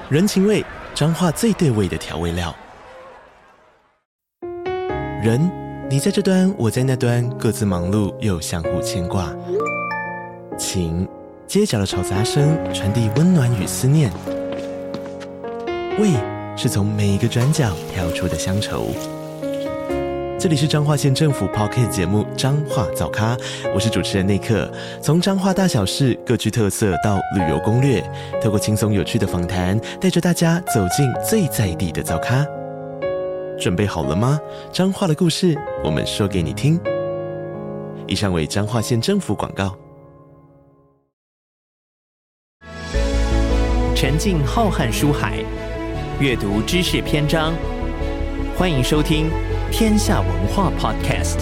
人情味，彰化最对味的调味料。人，你在这端，我在那端，各自忙碌又相互牵挂。情，街角的吵杂声传递温暖与思念。味，是从每一个转角跳出的乡愁。这里是彰化县政府 Podcast 节目《彰化早咖》，我是主持人内克。从彰化大小事各具特色到旅游攻略，透过轻松有趣的访谈，带着大家走进最在地的早咖。准备好了吗？彰化的故事，我们说给你听。以上为彰化县政府广告。 沉浸浩瀚书海，阅读知识篇章。欢迎收听天下文化 Podcast。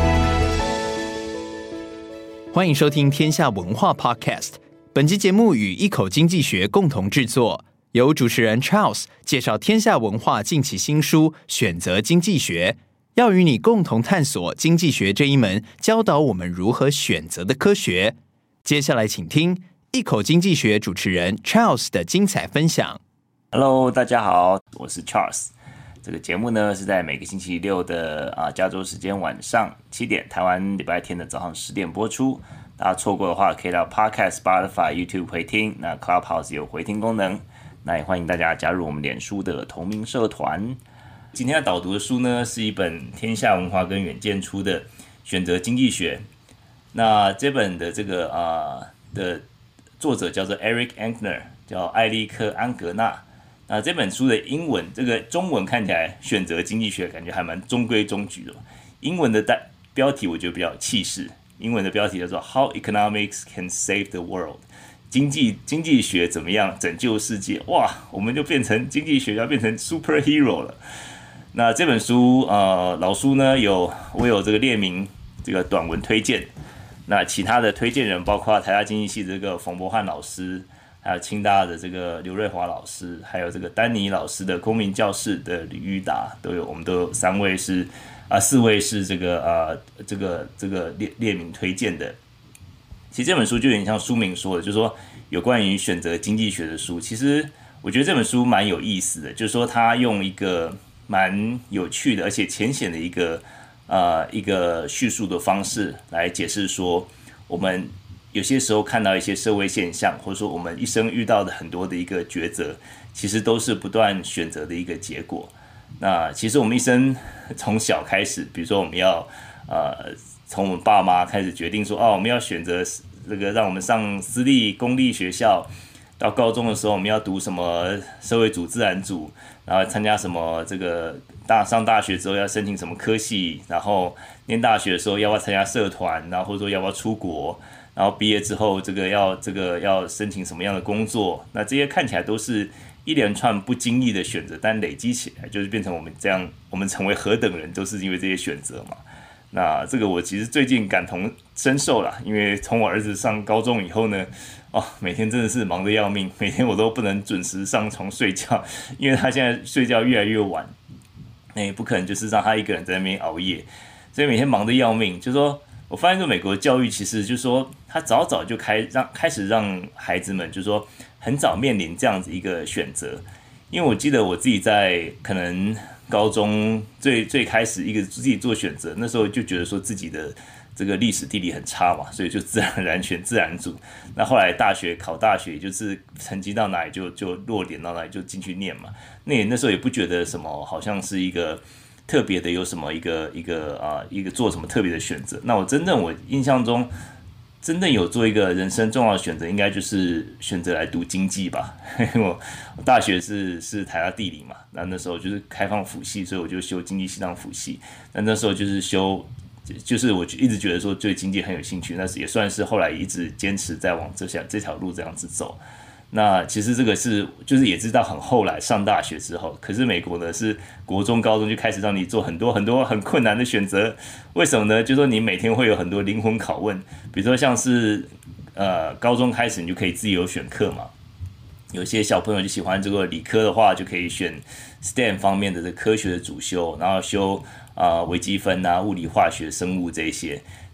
欢迎收听天下文化 Podcast。 本集节目与一口经济学共同制作，由主持人 Charles 介绍天下文化近期新书《选择经济学》，要与你共同探索经济学这一门教导我们如何选择的科学。接下来请听一口经济学主持人 Charles 的精彩分享。 Hello， 大家好，我是 Charles。这个节目呢是在每个星期六的加州时间晚上7点，台湾礼拜天的早上10点播出。大家错过的话，可以到 Podcast、Spotify、YouTube 回听。那 Clubhouse 有回听功能，那也欢迎大家加入我们脸书的同名社团。今天要导读的书呢，是一本天下文化跟远见出的《选择经济学》。那这本的这个的作者叫做 Eric Ankner， 叫艾利克·安格纳。那这本书的英文，这个中文看起来选择经济学感觉还蛮中规中矩的。英文的标题我觉得比较有气势，英文的标题叫做 How Economics Can Save the World， 经济学怎么样拯救世界。哇，我们就变成经济学要变成 superhero 了。那这本书老书呢我有这个列明这个短文推荐，那其他的推荐人包括台大经济系的这个冯博翰老师，还有清大的这个刘瑞华老师，还有这个丹尼老师的公民教室的李玉达，我们都有4位是这个列名推荐的。其实这本书就有点像书名说的，就是说有关于选择经济学的书。其实我觉得这本书蛮有意思的，就是说他用一个蛮有趣的而且浅显的一个叙述的方式来解释说，我们有些时候看到一些社会现象，或者说我们一生遇到的很多的一个抉择，其实都是不断选择的一个结果。那其实我们一生从小开始，比如说我们要从我们爸妈开始决定说，我们要选择这个让我们上私立公立学校，到高中的时候我们要读什么社会组自然组，然后参加什么这个上大学之后要申请什么科系，然后念大学的时候要不要参加社团，然后或者说要不要出国，然后毕业之后要申请什么样的工作。那这些看起来都是一连串不经意的选择，但累积起来就是变成我们这样，我们成为何等人都是因为这些选择嘛。那这个我其实最近感同身受啦，因为从我儿子上高中以后呢，每天真的是忙得要命，每天我都不能准时上床睡觉，因为他现在睡觉越来越晚，那也不可能就是让他一个人在那边熬夜，所以每天忙得要命。就是说我发现说美国的教育其实就是说他早早就开始让孩子们就是说很早面临这样子一个选择。因为我记得我自己在可能高中最开始一个自己做选择，那时候就觉得说自己的这个历史地理很差嘛，所以就自然而然选自然组。那后来考大学，就是成绩到哪里就落点到哪里就进去念嘛。那时候也不觉得什么，好像是一个特别的有什么一个做什么特别的选择。那我印象中真正有做一个人生重要的选择，应该就是选择来读经济吧。我大学是台大地理嘛，那时候就是开放辅系，所以我就修经济系当辅系。那时候就是我一直觉得说对经济很有兴趣，那也算是后来一直坚持在往这条路这样子走。那其实这个就是也知道很后来上大学之后，可是美国呢是国中高中就开始让你做很多很多很困难的选择。为什么呢？就是说你每天会有很多灵魂拷问，比如说像是高中开始你就可以自由选课嘛，有些小朋友就喜欢这个理科的话，就可以选 STEM 方面的这科学的主修，然后修微积分啊、物理、化学、生物这些。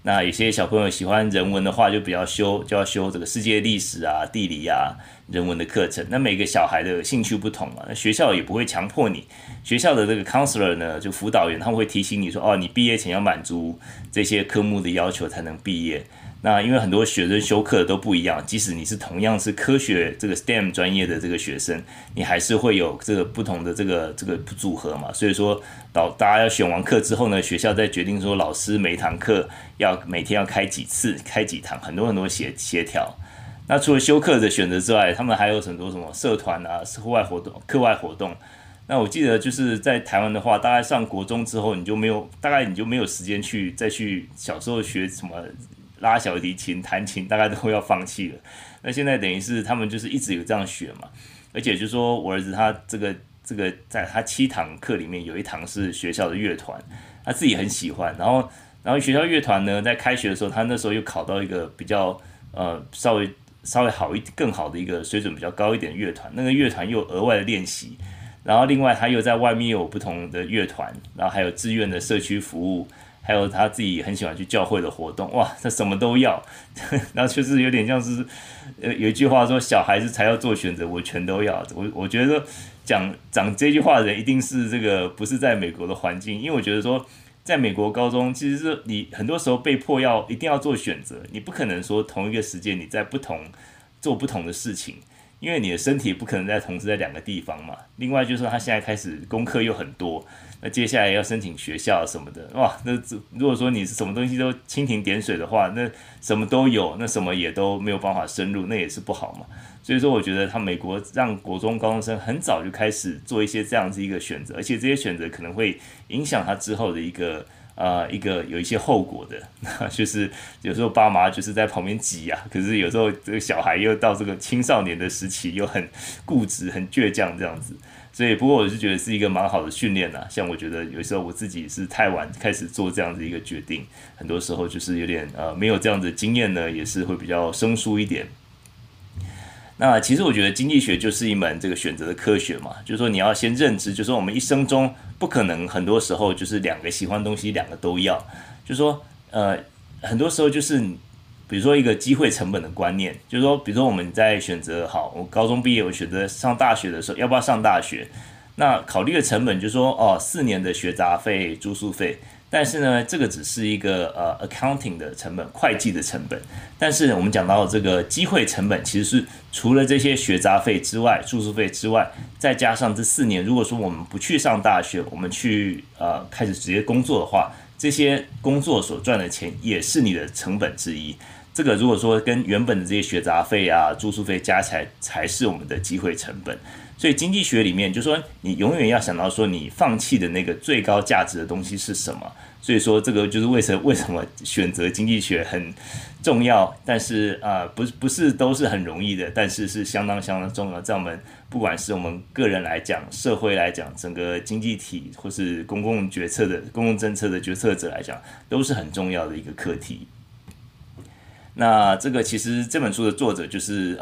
那有些小朋友喜欢人文的话，就要修这个世界历史啊、地理啊、人文的课程。那每个小孩的兴趣不同嘛，那学校也不会强迫你。学校的这个 counselor 呢，就辅导员，他们会提醒你说，你毕业前要满足这些科目的要求才能毕业。那因为很多学生修课都不一样，即使你是同样是科学这个 STEM 专业的这个学生，你还是会有这个不同的这个组合嘛。所以说大家要选完课之后呢，学校再决定说老师每一堂课每天要开几次、开几堂，很多协调。那除了修课的选择之外，他们还有很多什么社团啊、户外活动、课外活动。那我记得就是在台湾的话，大概上国中之后，你就没有时间再去小时候学什么拉小提琴、弹琴，大概都要放弃了。那现在等于是他们就是一直有这样学嘛，而且就是说我儿子他这个在他7堂课里面有1堂是学校的乐团，他自己很喜欢。然后学校乐团呢，在开学的时候，他那时候又考到一个比较稍微更好的一个水准比较高一点的乐团，那个乐团又有额外的练习。然后另外他又在外面又有不同的乐团，然后还有志愿的社区服务，还有他自己很喜欢去教会的活动，哇，他什么都要。然后就是有点像是有一句话说，小孩子才要做选择，我全都要。我觉得讲这句话的人一定是这个不是在美国的环境，因为我觉得说在美国高中其实是你很多时候被迫一定要做选择，你不可能说同一个时间你在做不同的事情。因为你的身体不可能同时在2个地方嘛。另外就是说他现在开始功课又很多，那接下来要申请学校什么的，哇，那如果说你是什么东西都蜻蜓点水的话，那什么都有，那什么也都没有办法深入，那也是不好嘛。所以说我觉得美国让国中高中生很早就开始做一些这样子一个选择，而且这些选择可能会影响他之后的一个有一些后果的，就是有时候爸妈就是在旁边挤啊，可是有时候这个小孩又到这个青少年的时期，又很固执、很倔强这样子。所以，不过我是觉得是一个蛮好的训练啦。像我觉得有时候我自己是太晚开始做这样子一个决定，很多时候就是有点没有这样子的经验呢，也是会比较生疏一点。那其实我觉得经济学就是一门这个选择的科学嘛，就是说你要先认知，就是说我们一生中不可能很多时候就是2个喜欢的东西2个都要，就是说很多时候就是比如说一个机会成本的观念，就是说比如说我们在选择我高中毕业我选择上大学的时候要不要上大学，那考虑的成本就是说4年的学杂费、住宿费。但是呢，这个只是一个accounting 的成本，会计的成本。但是我们讲到这个机会成本，其实是除了这些学杂费之外、住宿费之外，再加上这4年，如果说我们不去上大学，我们去开始直接工作的话，这些工作所赚的钱也是你的成本之一。这个如果说跟原本的这些学杂费啊、住宿费加起来，才是我们的机会成本。所以经济学里面就说，你永远要想到说，你放弃的那个最高价值的东西是什么。所以说，这个就是为什么选择经济学很重要，但是不是都是很容易的，但是是相当重要。在我们不管是我们个人来讲、社会来讲、整个经济体或是公共政策的决策者来讲，都是很重要的一个课题。那这个其实这本书的作者就是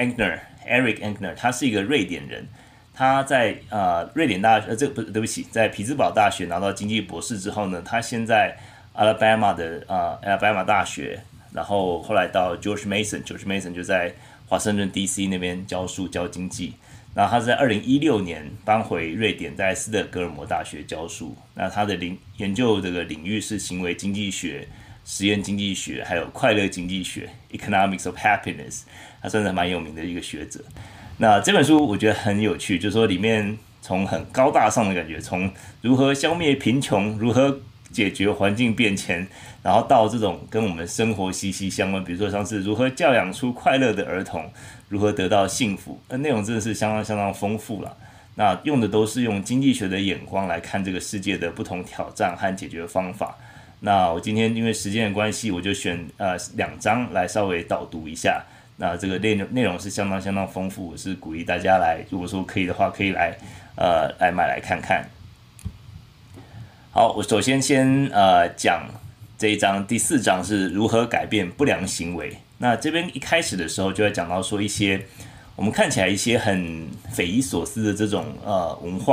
Eric Engner， 他是一个瑞典人。他在瑞典大学对不起，在匹兹堡大学拿到经济博士之后呢，他先在 Alabama 大学，然后后来到 George Mason 就在华盛顿 DC 那边教经济。然后他是在2016年搬回瑞典，在斯德哥尔摩大学教书。那他的研究这个领域是行为经济学、实验经济学，还有快乐经济学 （Economics of Happiness）。他算是蛮有名的一个学者。那这本书我觉得很有趣，就是说里面从很高大上的感觉，从如何消灭贫穷，如何解决环境变迁，然后到这种跟我们生活息息相关，比如说像是如何教养出快乐的儿童，如何得到幸福，内容真的是相当丰富了。那用的都是用经济学的眼光来看这个世界的不同挑战和解决方法。那我今天因为时间的关系，我就选2章来稍微导读一下。那这个内容是相当丰富，我是鼓励大家来，如果说可以的话，可以来买来看看。好，我首先讲这一章，第4章是如何改变不良行为。那这边一开始的时候就会讲到说一些我们看起来一些很匪夷所思的这种文化，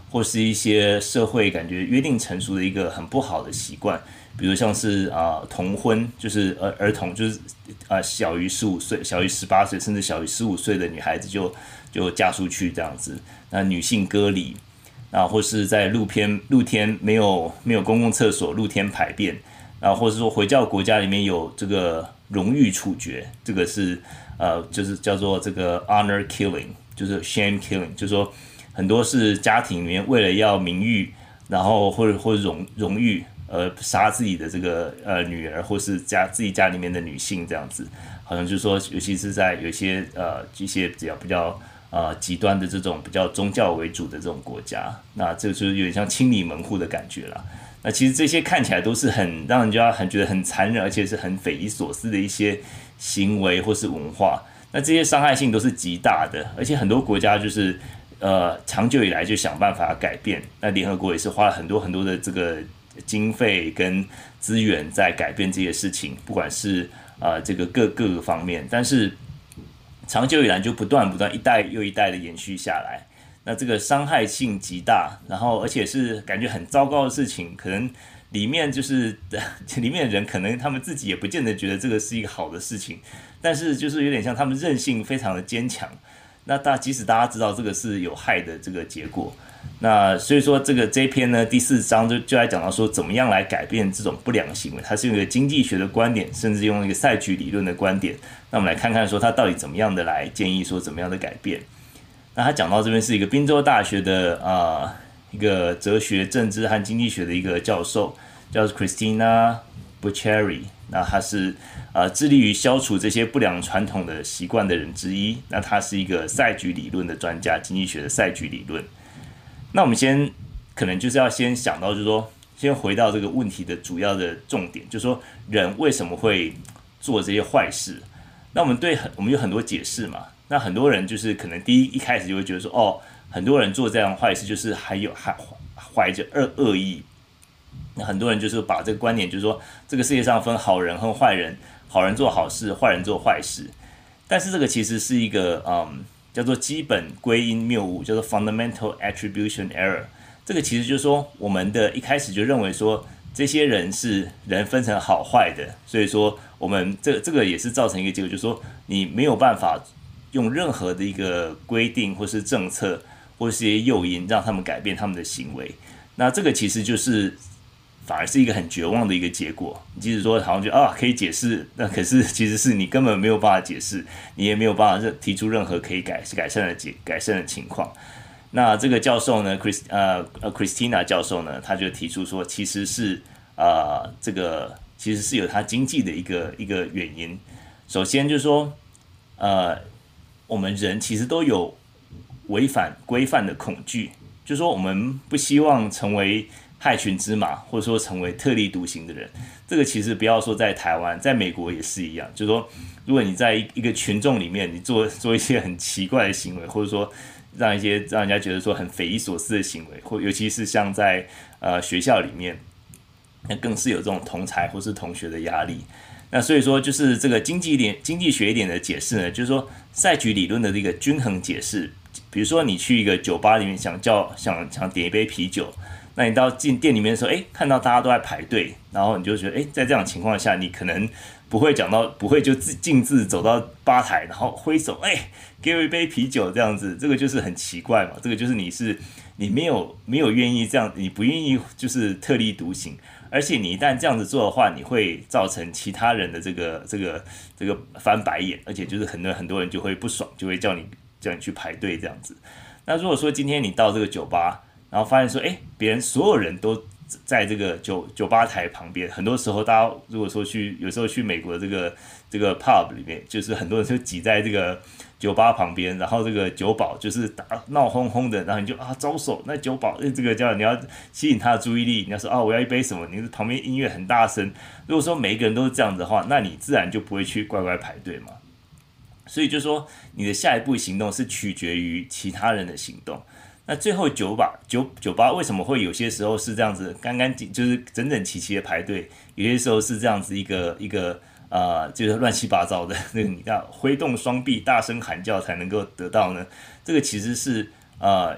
或是一些社会感觉约定成熟的一个很不好的习惯，比如像是童婚，就是儿童就是小于15岁、小于18岁，甚至小于15岁的女孩子就嫁出去这样子。那女性割礼，或是在露天没有公共厕所，露天排便，或是说回教国家里面有这个荣誉处决，这个是就是叫做这个 honor killing， 就是 shame killing， 就是说很多是家庭里面为了要名誉，然后或者荣誉杀自己的这个女儿，或是自己家里面的女性这样子，好像就是说，尤其是在有一些比较极端的这种比较宗教为主的这种国家，那这就是有点像清理门户的感觉啦。那其实这些看起来都是很让人家觉得很残忍，而且是很匪夷所思的一些行为或是文化。那这些伤害性都是极大的，而且很多国家就是长久以来就想办法改变。那联合国也是花了很多的这个经费跟资源在改变这些事情，不管是这个各个方面，但是长久以来就不断一代又一代的延续下来。那这个伤害性极大，然后而且是感觉很糟糕的事情，可能里面的人可能他们自己也不见得觉得这个是一个好的事情，但是就是有点像他们韧性非常的坚强。那即使大家知道这个是有害的这个结果，那所以说这一篇呢第4章就来讲到说怎么样来改变这种不良行为，它是用一个经济学的观点，甚至用一个赛局理论的观点。那我们来看看说他到底怎么样的来建议说怎么样的改变。那他讲到这边是一个宾州大学的一个哲学、政治和经济学的一个教授，叫 Christina Bucciari。那他是致力于消除这些不良传统的习惯的人之一。那他是一个赛局理论的专家，经济学的赛局理论。那我们可能就是要先想到，就是说，先回到这个问题的主要的重点，就是说人为什么会做这些坏事？那我们有很多解释嘛。那很多人就是可能一开始就会觉得说，很多人做这样坏事就是怀着恶意。那很多人就是把这个观点，就是说这个世界上分好人和坏人，好人做好事，坏人做坏事。但是这个其实是一个叫做基本归因谬误，叫做 fundamental attribution error。这个其实就是说我们一开始就认为说这些人是人分成好坏的，所以说我们这个也是造成一个结果，就是说你没有办法用任何的一个规定或是政策或是一些诱因让他们改变他们的行为。那这个其实就是反而是一个很绝望的一个结果。你即使说好像就可以解释，那可是其实是你根本没有办法解释，你也没有办法提出任何可以改善的情况。那这个教授呢，Christina 教授呢，他就提出说，其实是这个其实是有他经济的一个原因。首先就是说，我们人其实都有违反规范的恐惧，就是说我们不希望成为害群之马，或者说成为特立独行的人。这个其实不要说在台湾，在美国也是一样，就是说如果你在一个群众里面，你做一些很奇怪的行为，或者说让人家觉得说很匪夷所思的行为，或尤其是像在学校里面，那更是有这种同侪或是同学的压力。那所以说，就是这个经济学一点的解释呢，就是说赛局理论的这个均衡解释。比如说你去一个酒吧里面想点一杯啤酒，那你到进店里面的时候，看到大家都在排队，然后你就觉得，在这样的情况下，你可能不会就径自走到吧台，然后挥手，给我一杯啤酒这样子，这个就是很奇怪嘛。这个就是你没有愿意这样，你不愿意就是特立独行，而且你一旦这样子做的话，你会造成其他人的这个翻白眼，而且就是很多人就会不爽，就会叫你去排队这样子。那如果说今天你到这个酒吧，然后发现说，别人所有人都在这个酒吧台旁边，很多时候大家如果说有时候去美国的这个 pub 里面，就是很多人就挤在这个酒吧旁边，然后这个酒保就是闹哄哄的，然后你就招手，那酒保这个叫你要吸引他的注意力，你要说我要一杯什么，你旁边音乐很大声。如果说每一个人都是这样子的话，那你自然就不会去乖乖排队嘛。所以就说你的下一步行动是取决于其他人的行动。那最后酒吧为什么会有些时候是这样子就是整整齐齐的排队，有些时候是这样子一个就是乱七八糟的，那个你要挥动双臂大声喊叫才能够得到呢？这个其实是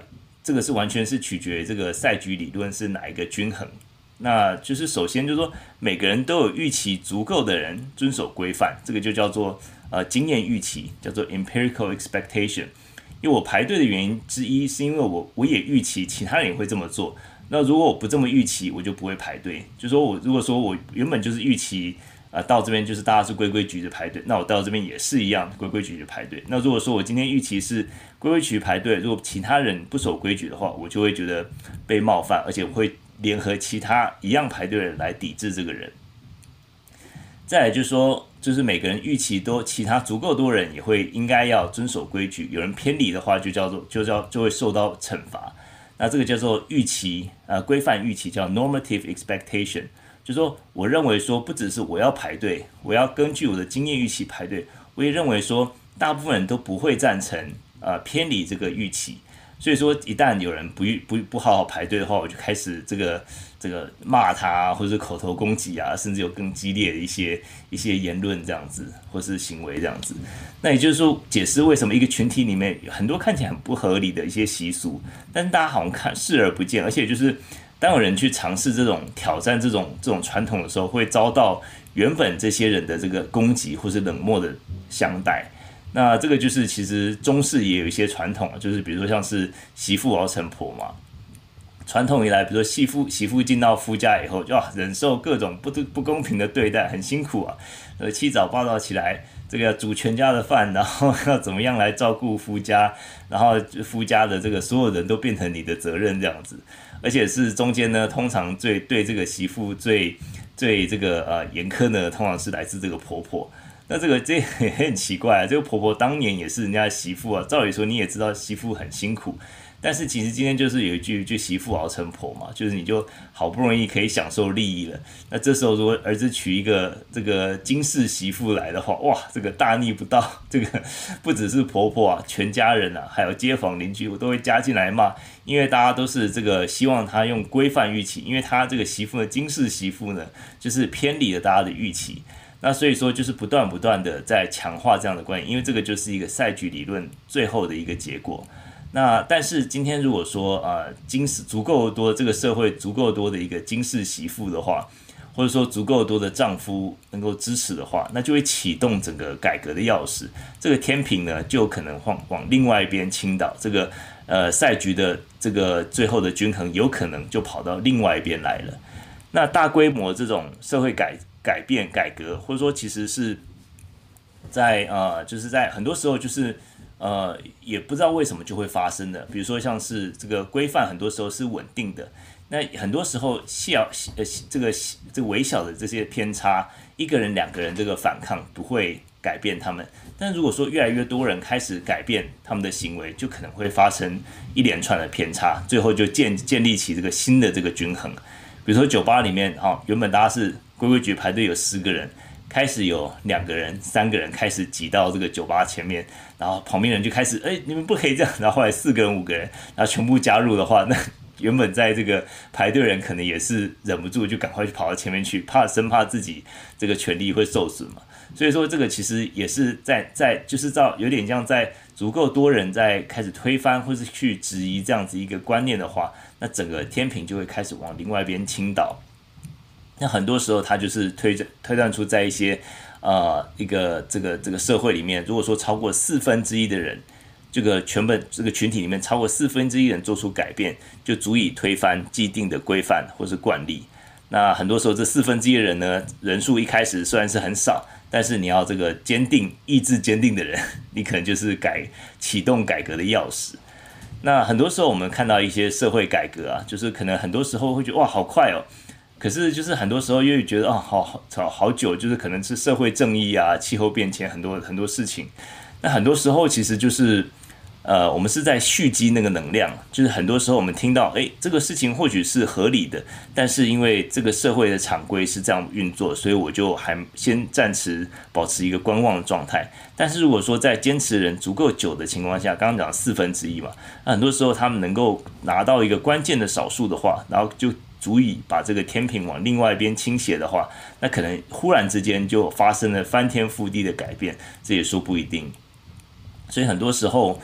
这个是完全是取决于这个赛局理论是哪一个均衡。那就是首先就是说，每个人都有预期足够的人遵守规范，这个就叫做经验预期，叫做 empirical expectation。因为我排队的原因之一，是因为我也预期其他人也会这么做。那如果我不这么预期，我就不会排队。就是说如果说我原本就是预期到这边就是大家是规规矩矩的排队，那我到这边也是一样规规矩矩的排队。那如果说我今天预期是规规矩矩排队，如果其他人不守规矩的话，我就会觉得被冒犯，而且我会联合其他一样排队的人来抵制这个人。再来就是说，就是每个人预期都其他足够多人也会应该要遵守规矩，有人偏离的话就会受到惩罚。那这个叫做预期规范预期，叫 normative expectation。就是说我认为说不只是我要排队，我要根据我的经验预期排队，我也认为说大部分人都不会赞成偏离这个预期。所以说一旦有人不好好排队的话，我就开始这个骂他或者是口头攻击啊，甚至有更激烈的一些言论这样子，或是行为这样子。那也就是说，解释为什么一个群体里面有很多看起来很不合理的一些习俗，但是大家好像视而不见，而且就是当有人去尝试这种挑战这种传统的时候，会遭到原本这些人的这个攻击或是冷漠的相待。那这个就是其实中式也有一些传统，就是比如说像是媳妇熬成婆嘛，传统以来，比如说媳妇进到夫家以后，就忍受各种不公平的对待，很辛苦啊。七早八早起来，这个煮全家的饭，然后要怎么样来照顾夫家，然后夫家的这个所有人都变成你的责任这样子。而且是中间呢，通常对这个媳妇最这个严苛呢，通常是来自这个婆婆。那这也很奇怪啊，这个婆婆当年也是人家的媳妇啊，照理说你也知道媳妇很辛苦，但是其实今天就是有一句媳妇熬成婆嘛，就是你就好不容易可以享受利益了，那这时候如果儿子娶一个这个金氏媳妇来的话，哇，这个大逆不道，这个不只是婆婆啊，全家人啊，还有街坊邻居，我都会加进来骂，因为大家都是这个希望他用规范预期，因为他这个媳妇的金氏媳妇呢，就是偏离了大家的预期。那所以说就是不断的在强化这样的观念，因为这个就是一个赛局理论最后的一个结果。那但是今天如果说足够多这个社会足够多的一个金氏媳妇的话，或者说足够多的丈夫能够支持的话，那就会启动整个改革的钥匙。这个天平呢就可能往另外一边倾倒，这个赛局的这个最后的均衡有可能就跑到另外一边来了。那大规模这种社会改变改革，或者说其实是在就是在很多时候就是也不知道为什么就会发生的。比如说像是这个规范，很多时候是稳定的，那很多时候这个微小的这些偏差，一个人两个人这个反抗不会改变他们。但如果说越来越多人开始改变他们的行为，就可能会发生一连串的偏差，最后就建立起这个新的这个均衡。比如说酒吧里面原本大家是规规矩排队有10个人，开始有2个人、3个人开始挤到这个酒吧前面，然后旁边人就开始你们不可以这样，然后后来4个人、5个人，然后全部加入的话，那原本在这个排队人可能也是忍不住就赶快去跑到前面去，生怕自己这个权利会受损嘛。所以说这个其实也是在就是有点像在足够多人在开始推翻或是去质疑这样子一个观念的话，那整个天平就会开始往另外一边倾倒。那很多时候它就是推断出在一些一个这个社会里面，如果说超过1/4的人，这个这个群体里面超过1/4人做出改变，就足以推翻既定的规范或是惯例。那很多时候这1/4的人呢，人数一开始虽然是很少，但是你要这个意志坚定的人，你可能就是启动改革的钥匙。那很多时候我们看到一些社会改革啊，就是可能很多时候会觉得哇好快哦，可是就是很多时候又会觉得好久，就是可能是社会正义啊、气候变迁很多事情。那很多时候其实就是我们是在蓄积那个能量，就是很多时候我们听到这个事情或许是合理的，但是因为这个社会的常规是这样运作，所以我就还先暂时保持一个观望的状态。但是如果说在坚持的人足够久的情况下，刚刚讲1/4嘛，那很多时候他们能够拿到一个关键的少数的话，然后就足以把这个天平往另外一边倾斜的话，那可能忽然之间就发生了翻天覆地的改变，这也说不一定。所以很多时候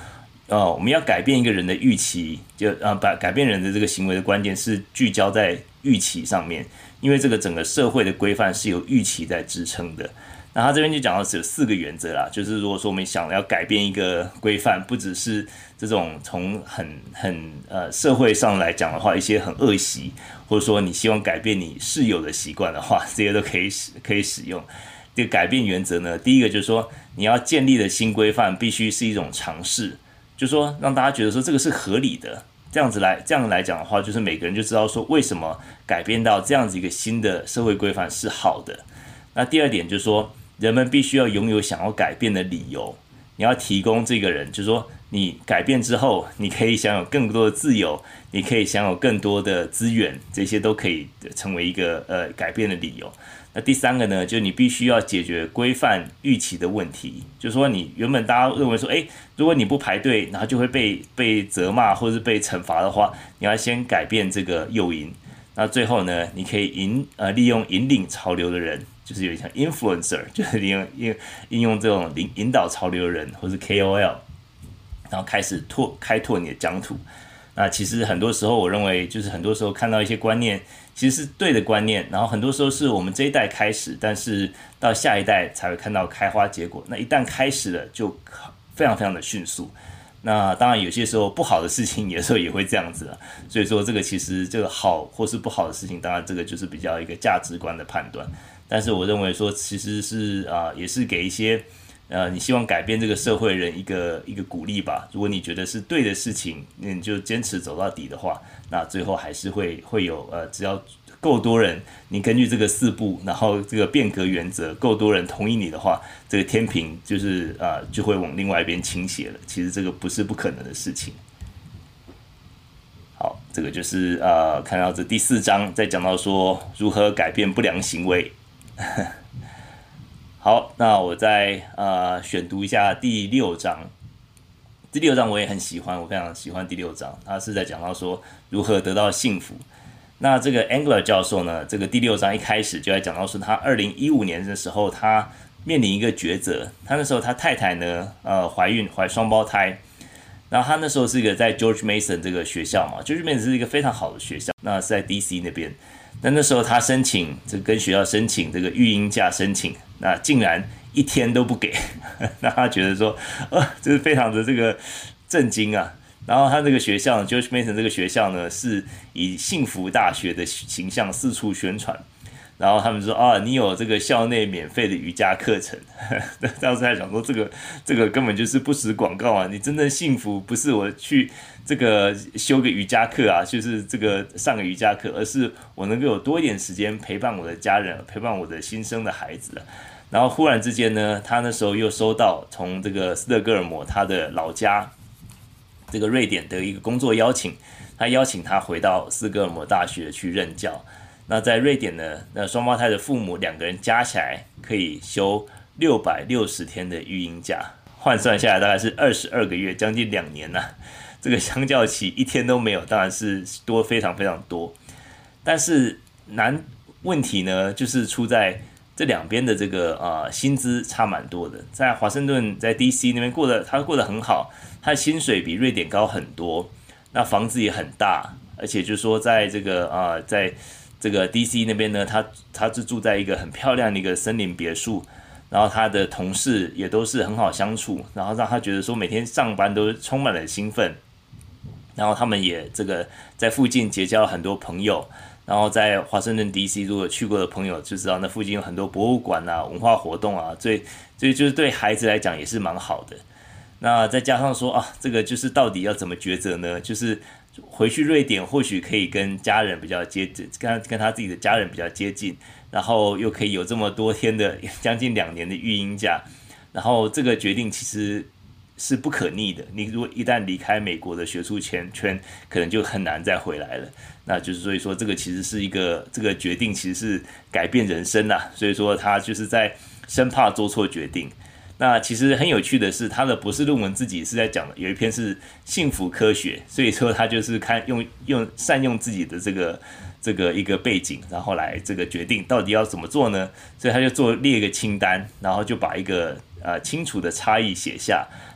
我们要改变一个人的预期，把改变人的这个行为的关键是聚焦在预期上面，因为这个整个社会的规范是由预期在支撑的。那他这边就讲到是有4个原则啦，就是如果说我们想要改变一个规范，不只是这种从社会上来讲的话，一些很恶习，或者说你希望改变你室友的习惯的话，这些都可以使用。这个改变原则呢，第一个就是说你要建立的新规范必须是一种尝试，就是说让大家觉得说这个是合理的。这样来讲的话，就是每个人就知道说为什么改变到这样子一个新的社会规范是好的。那第二点就是说，人们必须要拥有想要改变的理由，你要提供这个人，就是说你改变之后，你可以享有更多的自由，你可以享有更多的资源，这些都可以成为一个改变的理由。那第3个呢，就是你必须要解决规范预期的问题，就是说你原本大家认为说，如果你不排队，然后就会被责骂或是被惩罚的话，你要先改变这个诱因。那最后呢，你可以利用引领潮流的人，就是有点像 influencer， 就是应用这种引导潮流的人，或是 KOL， 然后开始开拓你的疆土。那其实很多时候，我认为就是很多时候看到一些观念，其实是对的观念，然后很多时候是我们这一代开始，但是到下一代才会看到开花结果。那一旦开始了，就非常非常的迅速。那当然有些时候不好的事情有时候也会这样子了，所以说这个其实这个好或是不好的事情，当然这个就是比较一个价值观的判断。但是我认为说其实是也是给一些你希望改变这个社会人一个鼓励吧。如果你觉得是对的事情，你就坚持走到底的话，那最后还是会有只要够多人，你根据这个4步，然后这个变革原则，够多人同意你的话，这个天平就是就会往另外一边倾斜了。其实这个不是不可能的事情。好，这个就是看到这第4章在讲到说如何改变不良行为。好，那我再选读一下第6章。第6章我也很喜欢，我非常喜欢第6章，它是在讲到说如何得到幸福。那这个 Engler 教授呢，这个第6章一开始就在讲到说，他2015年的时候，他面临一个抉择。他那时候他太太呢，怀双胞胎，然后他那时候是一个在 George Mason 这个学校嘛 ，George Mason 是一个非常好的学校，那是在 DC 那边。那时候他申请跟学校申请这个育婴假申请，那竟然1天都不给，那他觉得说，这是非常的这个震惊啊。然后他这个学校 George Mason 这个学校呢，是以幸福大学的形象四处宣传。然后他们说你有这个校内免费的瑜伽课程，当时在想说这个根本就是不实广告啊！你真正幸福不是我去这个修个瑜伽课啊，就是这个上个瑜伽课，而是我能够有多一点时间陪伴我的家人，陪伴我的新生的孩子。然后忽然之间呢，他那时候又收到从这个斯德哥尔摩他的老家这个瑞典的一个工作邀请，他邀请他回到斯德哥尔摩大学去任教。那在瑞典呢，那双胞胎的父母2个人加起来可以休660天的育婴假，换算下来大概是22个月，将近2年这个相较起1天都没有，当然是多非常非常多。但是问题呢，就是出在这两边的这个薪资差蛮多的。在华盛顿，在 DC 那边他过得很好，他的薪水比瑞典高很多，那房子也很大，而且就是说在这个 DC 那边呢，他是住在一个很漂亮的一个森林别墅，然后他的同事也都是很好相处，然后让他觉得说每天上班都充满了兴奋，然后他们也这个在附近结交了很多朋友，然后在华盛顿 DC 如果去过的朋友就知道那附近有很多博物馆啊、文化活动啊，所以就是对孩子来讲也是蛮好的。那再加上说这个就是到底要怎么抉择呢？就是回去瑞典或许可以跟家人比较接近，跟他自己的家人比较接近，然后又可以有这么多天的将近2年的育婴假，然后这个决定其实是不可逆的。你如果一旦离开美国的学术圈，可能就很难再回来了。那就是所以说这个其实是这个决定其实是改变人生啦。所以说他就是在生怕做错决定。那其实很有趣的是，他的博士论文自己是在讲的，有一篇是幸福科学，所以说他就是善用自己的这个一个背景，然后来这个决定到底要怎么做呢？所以他就列一个清单，然后就把一个清楚的差异写下，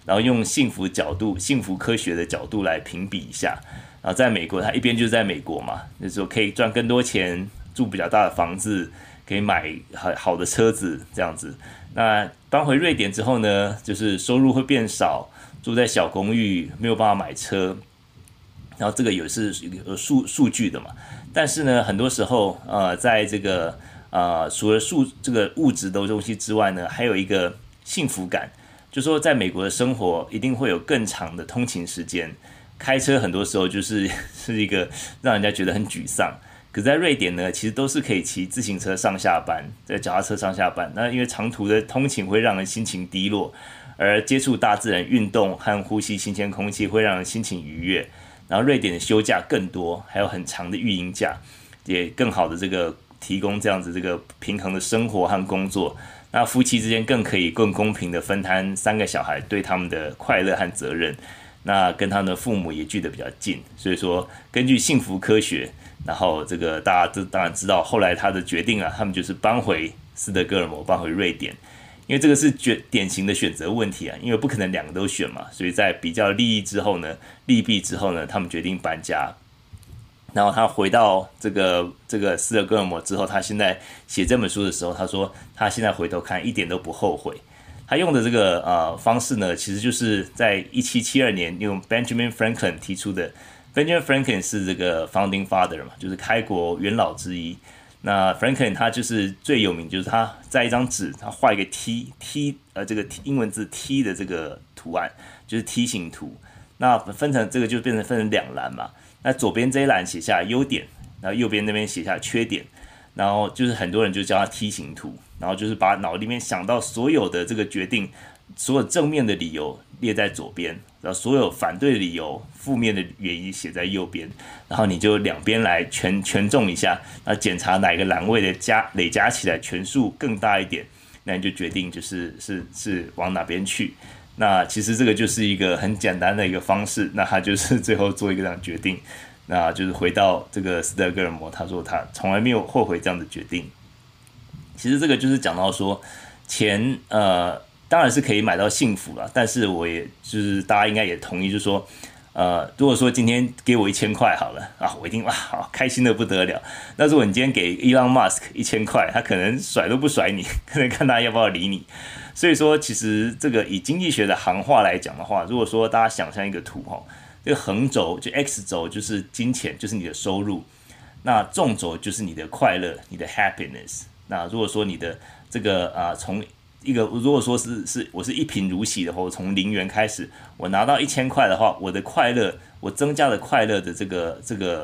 然后用幸福科学的角度来评比一下。然后在美国，他一边就是在美国嘛，就是说可以赚更多钱，住比较大的房子，可以买好的车子这样子。那搬回瑞典之后呢，就是收入会变少，住在小公寓，没有办法买车。然后这个也是有数据的嘛。但是呢，很多时候在这个除了这个物质的东西之外呢，还有一个幸福感，就说在美国的生活一定会有更长的通勤时间。开车很多时候是一个让人家觉得很沮丧，可是在瑞典呢，其实都是可以骑自行车上下班，在脚踏车上下班。那因为长途的通勤会让人心情低落，而接触大自然运动和呼吸新鲜空气会让人心情愉悦。然后瑞典的休假更多，还有很长的育婴假，也更好的这个提供这样子这个平衡的生活和工作。那夫妻之间更可以更公平的分摊3个小孩对他们的快乐和责任。那跟他们的父母也聚得比较近，所以说根据幸福科学，然后这个大家当然知道，后来他的决定他们就是搬回斯德哥尔摩，搬回瑞典，因为这个是典型的选择问题因为不可能2个都选嘛，所以在比较利弊之后呢，他们决定搬家。然后他回到这个斯德哥尔摩之后，他现在写这本书的时候，他说他现在回头看一点都不后悔。他用的这个方式呢，其实就是在1772年用 Benjamin Franklin 提出的。Benjamin Franklin 是这个 Founding Father 嘛，就是开国元老之一。那 Franklin 他就是最有名，就是他在一张纸他画一个 T 这个英文字 T 的这个图案，就是梯形图。那分成这个就变成分成2栏嘛。那左边这一栏写下优点，然后右边那边写下缺点。然后就是很多人就叫它梯形图，然后就是把脑里面想到所有的这个决定，所有正面的理由列在左边，然后所有反对的理由、负面的原因写在右边，然后你就两边来权重一下，那检查哪个栏位的累加起来权数更大一点，那你就决定是往哪边去。那其实这个就是一个很简单的一个方式，那他就是最后做一个这样的决定。那就是回到这个斯德哥尔摩，他说他从来没有后悔这样的决定。其实这个就是讲到说，钱当然是可以买到幸福了，但是我也就是大家应该也同意，就是说如果说今天给我1000块好了我一定好开心的不得了。那如果你今天给 Elon Musk 1000块，他可能甩都不甩你，可能看他要不要理你。所以说，其实这个以经济学的行话来讲的话，如果说大家想象一个图这个横轴就 X 轴就是金钱，就是你的收入，那纵轴就是你的快乐，你的 happiness。那如果说你的这个从一个如果说我是一贫如洗的话，我从0元开始，我拿到1000块的话，我的快乐，我增加了快乐的这个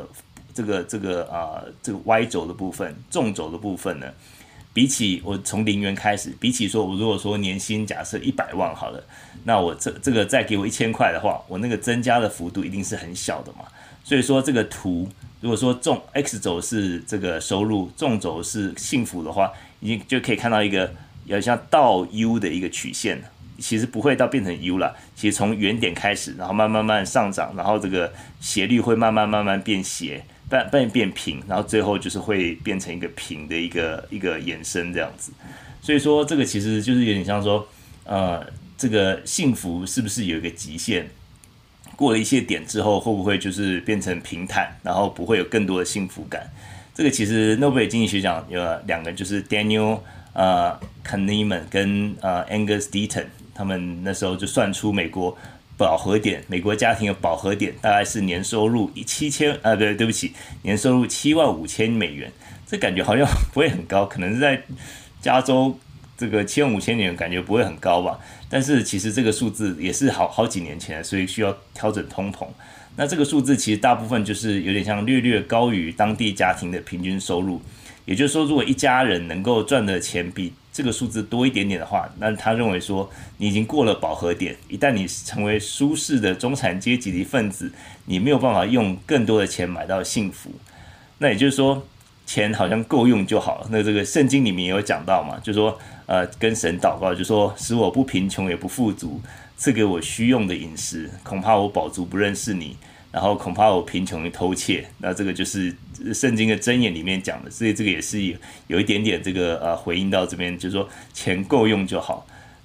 Y 轴的部分，纵轴的部分呢，比起我从0元开始，比起说我如果说年薪假设100万好了，那我这个再给我1000块的话，我那个增加的幅度一定是很小的嘛。所以说这个图，如果说X 轴是这个收入，纵轴是幸福的话，已经就可以看到一个有像倒 U 的一个曲线，其实不会到变成 U 啦，其实从原点开始，然后慢慢上涨，然后这个斜率会慢慢变斜。变平，然后最后就是会变成一个平的一个延伸这样子。所以说这个其实就是有点像说这个幸福是不是有一个极限，过了一些点之后会不会就是变成平坦，然后不会有更多的幸福感。这个其实诺贝尔经济学奖有2个，就是 Daniel Kahneman 跟Angus Deaton， 他们那时候就算出美国家庭的饱和点大概是年收入年收入75000美元，这感觉好像不会很高，可能是在加州这个75000美元感觉不会很高吧，但是其实这个数字也是好几年前，所以需要调整通膨。那这个数字其实大部分就是有点像略高于当地家庭的平均收入，也就是说如果一家人能够赚的钱比这个数字多一点点的话，那他认为说你已经过了饱和点，一旦你成为舒适的中产阶级的一份子，你没有办法用更多的钱买到幸福。那也就是说钱好像够用就好了。那这个圣经里面也有讲到嘛，就是说跟神祷告，就说使我不贫穷也不富足，赐给我需用的饮食，恐怕我饱足不认识你，然后恐怕我贫穷偷窃。那这个就是圣经的箴言里面讲的，所以这个也是有一点点这个回应到这边，就是说钱够用就好。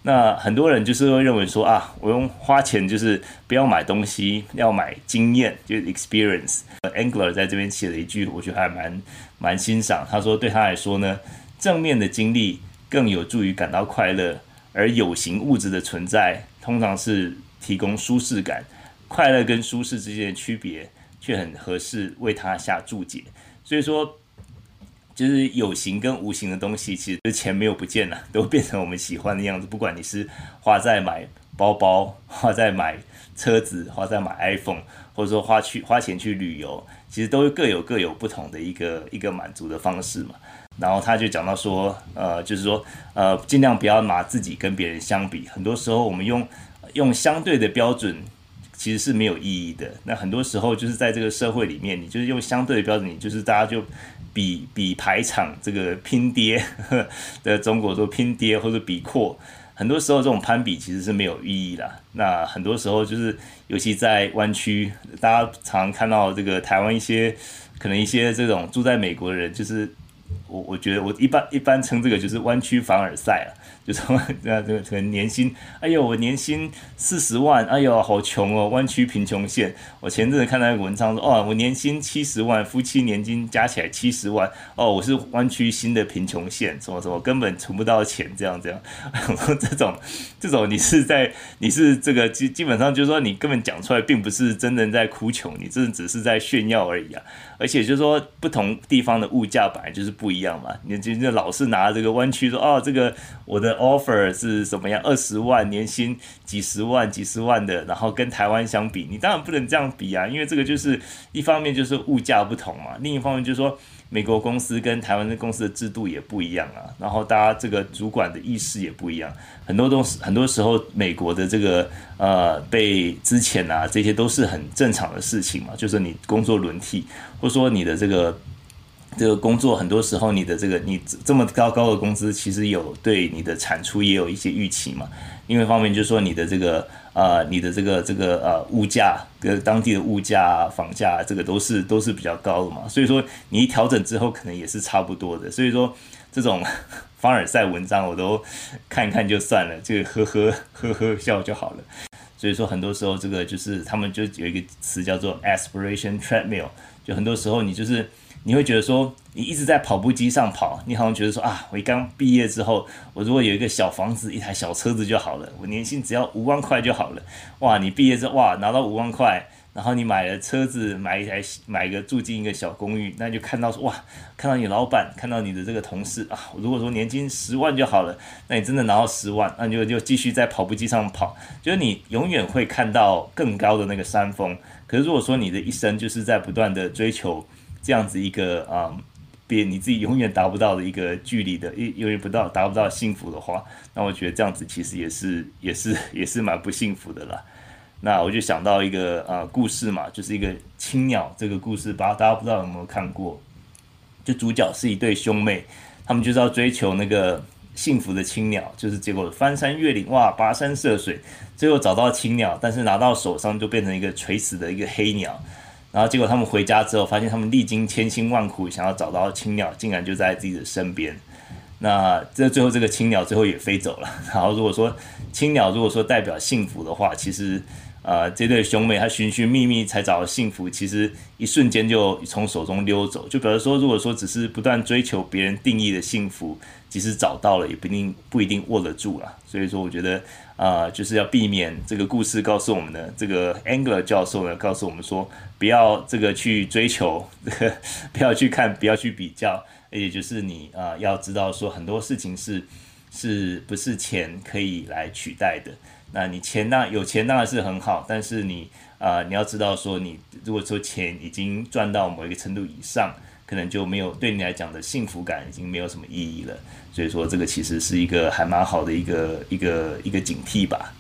那很多人就是会认为说啊，我用花钱就是不要买东西，要买经验，就是 experience。Engler 在这边写了一句，我觉得还蛮欣赏。他说对他来说呢，正面的经历更有助于感到快乐，而有形物质的存在通常是提供舒适感，快乐跟舒适之间的区别却很合适为他下注解。所以说，就是有形跟无形的东西，其实钱没有不见了，都变成我们喜欢的样子。不管你是花在买包包，花在买车子，花在买 iPhone， 或者说花钱去旅游，其实都各有不同的一个满足的方式嘛。然后他就讲到说，就是说，尽量不要拿自己跟别人相比。很多时候我们用相对的标准，其实是没有意义的。那很多时候就是在这个社会里面，你就是用相对的标准，你就是大家就比排场这个拼爹的中国说拼爹或者比阔，很多时候这种攀比其实是没有意义的。那很多时候就是尤其在湾区，大家常看到这个台湾可能一些这种住在美国的人，就是我觉得我一般称这个就是湾区凡尔赛了。就说这个可能年薪，哎呦，我年薪40万，哎呦，好穷哦，湾区贫穷线。我前阵子看到一个文章说，哦，我年薪70万，夫妻年金加起来70万，哦，我是湾区新的贫穷线，什么根本存不到钱，这样。这种你是这个基本上就是说你根本讲出来并不是真的在哭穷，你这只是在炫耀而已啊。而且就是说不同地方的物价本来就是不一样嘛，你就老是拿这个湾区说，哦，这个我的 offer 是什么样，20万年薪几十万的，然后跟台湾相比，你当然不能这样比啊，因为这个就是一方面就是物价不同嘛，另一方面就是说美国公司跟台湾的公司的制度也不一样啊，然后大家这个主管的意识也不一样，很多时候美国的这个被资遣啊，这些都是很正常的事情嘛，就是你工作轮替，或者说你的这个工作，很多时候你的你这么高的工资，其实有对你的产出也有一些预期嘛。另外一方面就是说你的这个物价跟当地的物价、房价，这个都是比较高的嘛。所以说你一调整之后，可能也是差不多的。所以说这种凡尔赛文章我都看看就算了，这个呵呵笑就好了。所以说很多时候这个就是他们就有一个词叫做 aspiration treadmill， 就很多时候你会觉得说，你一直在跑步机上跑，你好像觉得说啊，我刚毕业之后，我如果有一个小房子、一台小车子就好了，我年薪只要5万块就好了。哇，你毕业之后哇拿到5万块，然后你买了车子，买一个住进一个小公寓，那就看到说哇，看到你老板，看到你的这个同事啊，如果说年薪10万就好了，那你真的拿到10万，那你就继续在跑步机上跑，就是你永远会看到更高的那个山峰。可是如果说你的一生就是在不断的追求这样子一个你自己永远达不到的一个距离的，永远达不到幸福的话，那我觉得这样子其实也是蛮不幸福的啦。那我就想到一个故事嘛，就是一个青鸟这个故事，大家不知道有没有看过？就主角是一对兄妹，他们就是要追求那个幸福的青鸟，就是结果翻山越岭，哇，跋山涉水，最后找到青鸟，但是拿到手上就变成一个垂死的一个黑鸟。然后结果他们回家之后，发现他们历经千辛万苦想要找到青鸟，竟然就在自己的身边。那最后这个青鸟最后也飞走了。然后如果说青鸟代表幸福的话，其实这对兄妹他寻寻觅觅才找到幸福，其实一瞬间就从手中溜走。就比如说，如果说只是不断追求别人定义的幸福，即使找到了，也不一定握得住啦。所以说，我觉得就是要避免这个故事告诉我们的这个 Engler 教授呢，告诉我们说，不要这个去追求，不要去看，不要去比较，而且就是你要知道说，很多事情是不是钱可以来取代的。那你有钱当然是很好，但是你要知道说，你如果说钱已经赚到某一个程度以上，可能就没有对你来讲的幸福感已经没有什么意义了。所以说这个其实是一个还蛮好的一个警惕吧。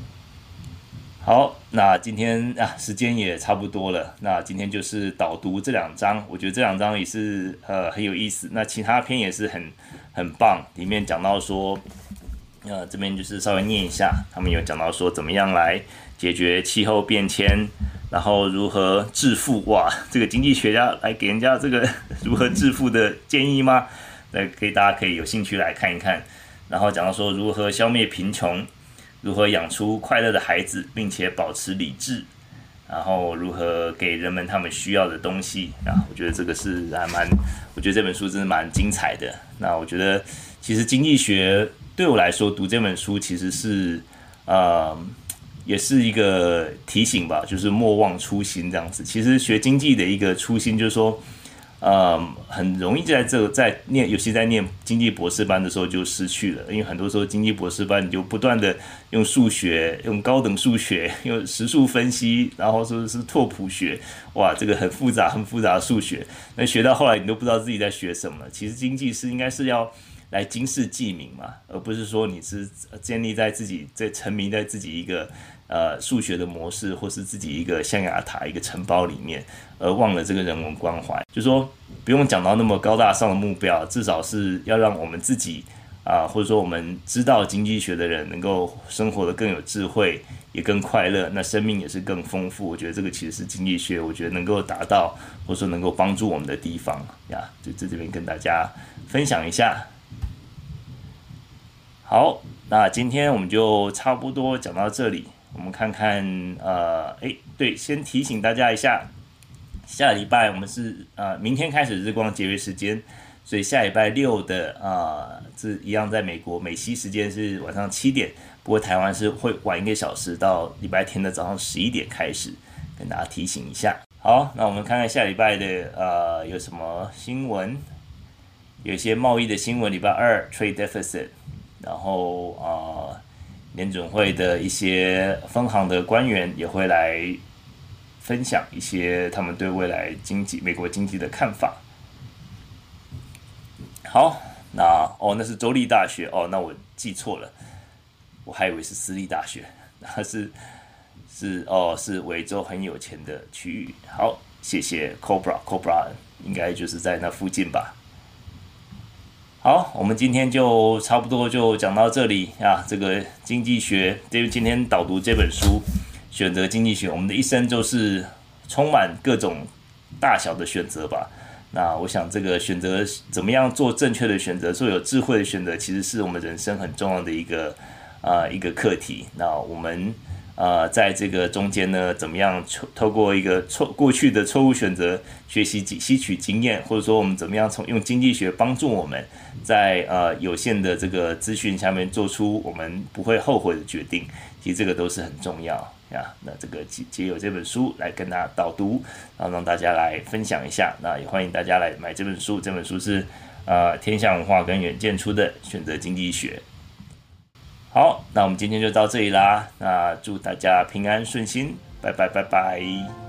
好，那今天时间也差不多了，那今天就是导读这2章，我觉得这2章也是很有意思。那其他篇也是很棒，里面讲到说这边就是稍微念一下，他们有讲到说怎么样来解决气候变迁，然后如何致富。哇，这个经济学家来给人家这个如何致富的建议吗？大家可以有兴趣来看一看。 然后讲到说如何消灭贫穷，如何养出快乐的孩子，并且保持理智，然后如何给人们他们需要的东西啊，我觉得这个是我觉得这本书真的蛮精彩的。那我觉得其实经济学对我来说读这本书其实是也是一个提醒吧，就是莫忘初心这样子。其实学经济的一个初心就是说很容易尤其在念经济博士班的时候就失去了，因为很多时候经济博士班你就不断的用数学，用高等数学，用实数分析，然后说是拓扑学，哇，这个很复杂的数学，那学到后来你都不知道自己在学什么。其实经济应该是要来经世济民嘛，而不是说你是建立在沉迷在自己一个数学的模式，或是自己一个象牙塔一个城堡里面，而忘了这个人文关怀。就是说不用讲到那么高大上的目标，至少是要让我们自己或者说我们知道经济学的人能够生活得更有智慧，也更快乐，那生命也是更丰富。我觉得这个其实是经济学我觉得能够达到或者说能够帮助我们的地方呀，就在这边跟大家分享一下。好，那今天我们就差不多讲到这里。我们看看对，先提醒大家一下，下礼拜我们是明天开始日光节约时间，所以下礼拜六的这一样在美国美西时间是晚上7点，不过台湾是会晚1个小时，到礼拜天的早上11点开始，跟大家提醒一下。好，那我们看看下礼拜的有什么新闻，有一些贸易的新闻，礼拜2 trade deficit， 然后联准会的一些分行的官员也会来分享一些他们对未来美国经济的看法。好，那是州立大学那我记错了，我还以为是私立大学，那是维州很有钱的区域。好，谢谢 Cobra 应该就是在那附近吧。好，我们今天就差不多就讲到这里啊。这个经济学，今天导读这本书，选择经济学。我们的一生就是充满各种大小的选择吧。那我想，这个选择怎么样做正确的选择，做有智慧的选择，其实是我们人生很重要的一个课题。那我们在这个中间呢，怎么样透过一个过去的错误选择吸取经验，或者说我们怎么样用经济学帮助我们在有限的这个资讯下面做出我们不会后悔的决定，其实这个都是很重要呀。那这个藉由这本书来跟大家导读，然后让大家来分享一下。那也欢迎大家来买这本书，这本书是天下文化跟远见出的《选择经济学》。好，那我们今天就到这里啦。那祝大家平安顺心，拜拜拜拜。